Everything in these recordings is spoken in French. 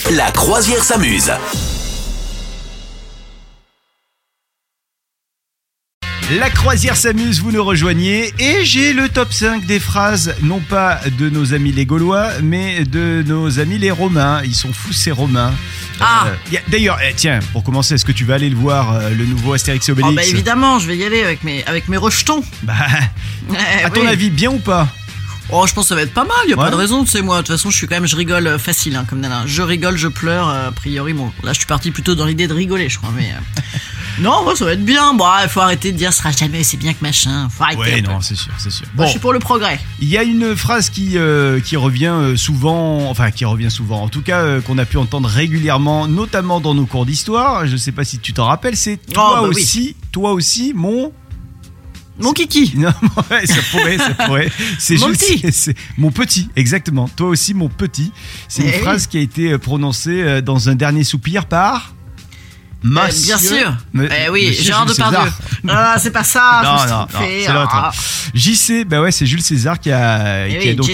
La croisière s'amuse. La croisière s'amuse, vous nous rejoignez et j'ai le top 5 des phrases, non pas de nos amis les Gaulois, mais de nos amis les Romains. Ils sont fous ces Romains. D'ailleurs, tiens, pour commencer, est-ce que tu vas aller le voir, le nouveau Astérix et Obélix? Bah évidemment, je vais y aller avec mes rejetons. À ton avis, bien ou pas? Oh, je pense que ça va être pas mal, y a pas de raison, tu sais, moi, de toute façon, je rigole facile, hein, comme nana. Je rigole, je pleure, a priori, bon, là, je suis parti plutôt dans l'idée de rigoler, je crois, mais... Non, ouais, ça va être bien, bon, il faut arrêter de dire, ce sera jamais aussi bien que machin, faut arrêter. Ouais, non, c'est sûr. Bon, je suis pour le progrès. Il y a une phrase qui revient souvent, en tout cas, qu'on a pu entendre régulièrement, notamment dans nos cours d'histoire, je sais pas si tu t'en rappelles, c'est toi aussi, Mon kiki. Non, ouais, ça pourrait. C'est mon juste, petit. c'est mon petit, exactement. Toi aussi, mon petit. C'est une phrase qui a été prononcée dans un dernier soupir par... Bien sûr. Oui, Gérard Depardieu. Ah, c'est pas ça. Non, c'est l'autre. JC, bah ouais, c'est Jules César qui a donc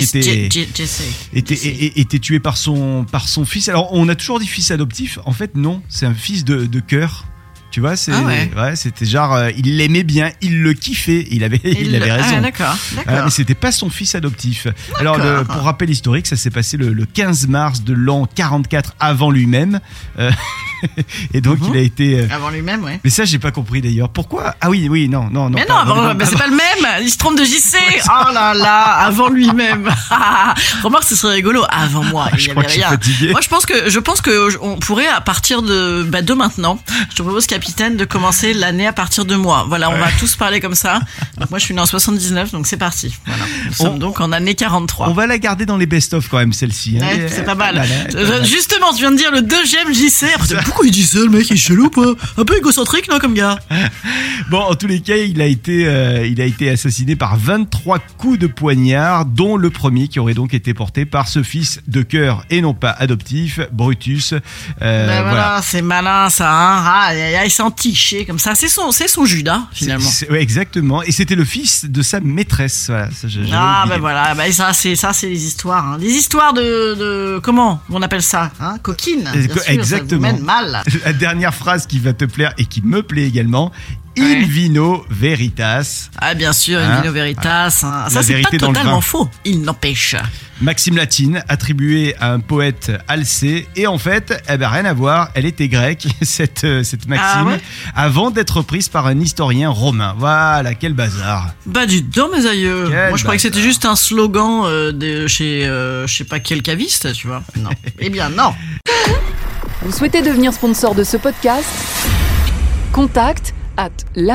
été tué par son fils. Alors, on a toujours dit fils adoptif. En fait, non, c'est un fils de cœur. Tu vois, c'était genre, il l'aimait bien, il le kiffait, il avait raison. Ah, d'accord. Mais c'était pas son fils adoptif. Alors, pour rappel historique, ça s'est passé le 15 mars de l'an 44 avant lui-même. Et donc, il a été... Avant lui-même, ouais. Mais ça, j'ai pas compris d'ailleurs. Pourquoi? Ah oui, non. Mais c'est pas le même. Il se trompe de JC. Oh là là, avant lui-même. Remarque, ce serait rigolo. Avant moi, il y avait rien. Moi, je pense que on pourrait, à partir de maintenant, je te propose, capitaine, de commencer l'année à partir de moi. Voilà, on va tous parler comme ça. Donc moi, je suis né en 79, donc c'est parti. Voilà. Nous sommes donc en année 43. On va la garder dans les best-of quand même, celle-ci. Hein. Ouais, c'est pas mal. Justement, tu viens de dire le deuxième JC. Pourquoi il dit ça, le mec? Il est chelou ou pas? Un peu égocentrique, non, comme gars? Bon, en tous les cas, il a été assassiné par 23 coups de poignard, dont le premier qui aurait donc été porté par ce fils de cœur et non pas adoptif, Brutus. Voilà, c'est malin ça, hein. Il s'est entiché comme ça. C'est son Judas, finalement. Ouais, exactement. Et c'était le fils de sa maîtresse. Voilà. Ça, c'est les histoires. Hein. Des histoires de comment on appelle ça, hein? Coquines. Exactement. Ça vous mène mal. La dernière phrase qui va te plaire et qui me plaît également. In vino veritas. Ah, bien sûr, in vino veritas. Hein. Ça, c'est pas totalement faux. Il n'empêche. Maxime latine, attribuée à un poète Alcée. Et en fait, rien à voir. Elle était grecque, cette maxime, avant d'être reprise par un historien romain. Voilà, quel bazar. Bah, dis donc, mes aïeux. Moi, je croyais que c'était juste un slogan de chez, je sais pas quel caviste, tu vois. Non. Eh bien, non. Vous souhaitez devenir sponsor de ce podcast ?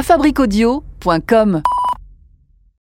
Contact @lafabriquaudio.com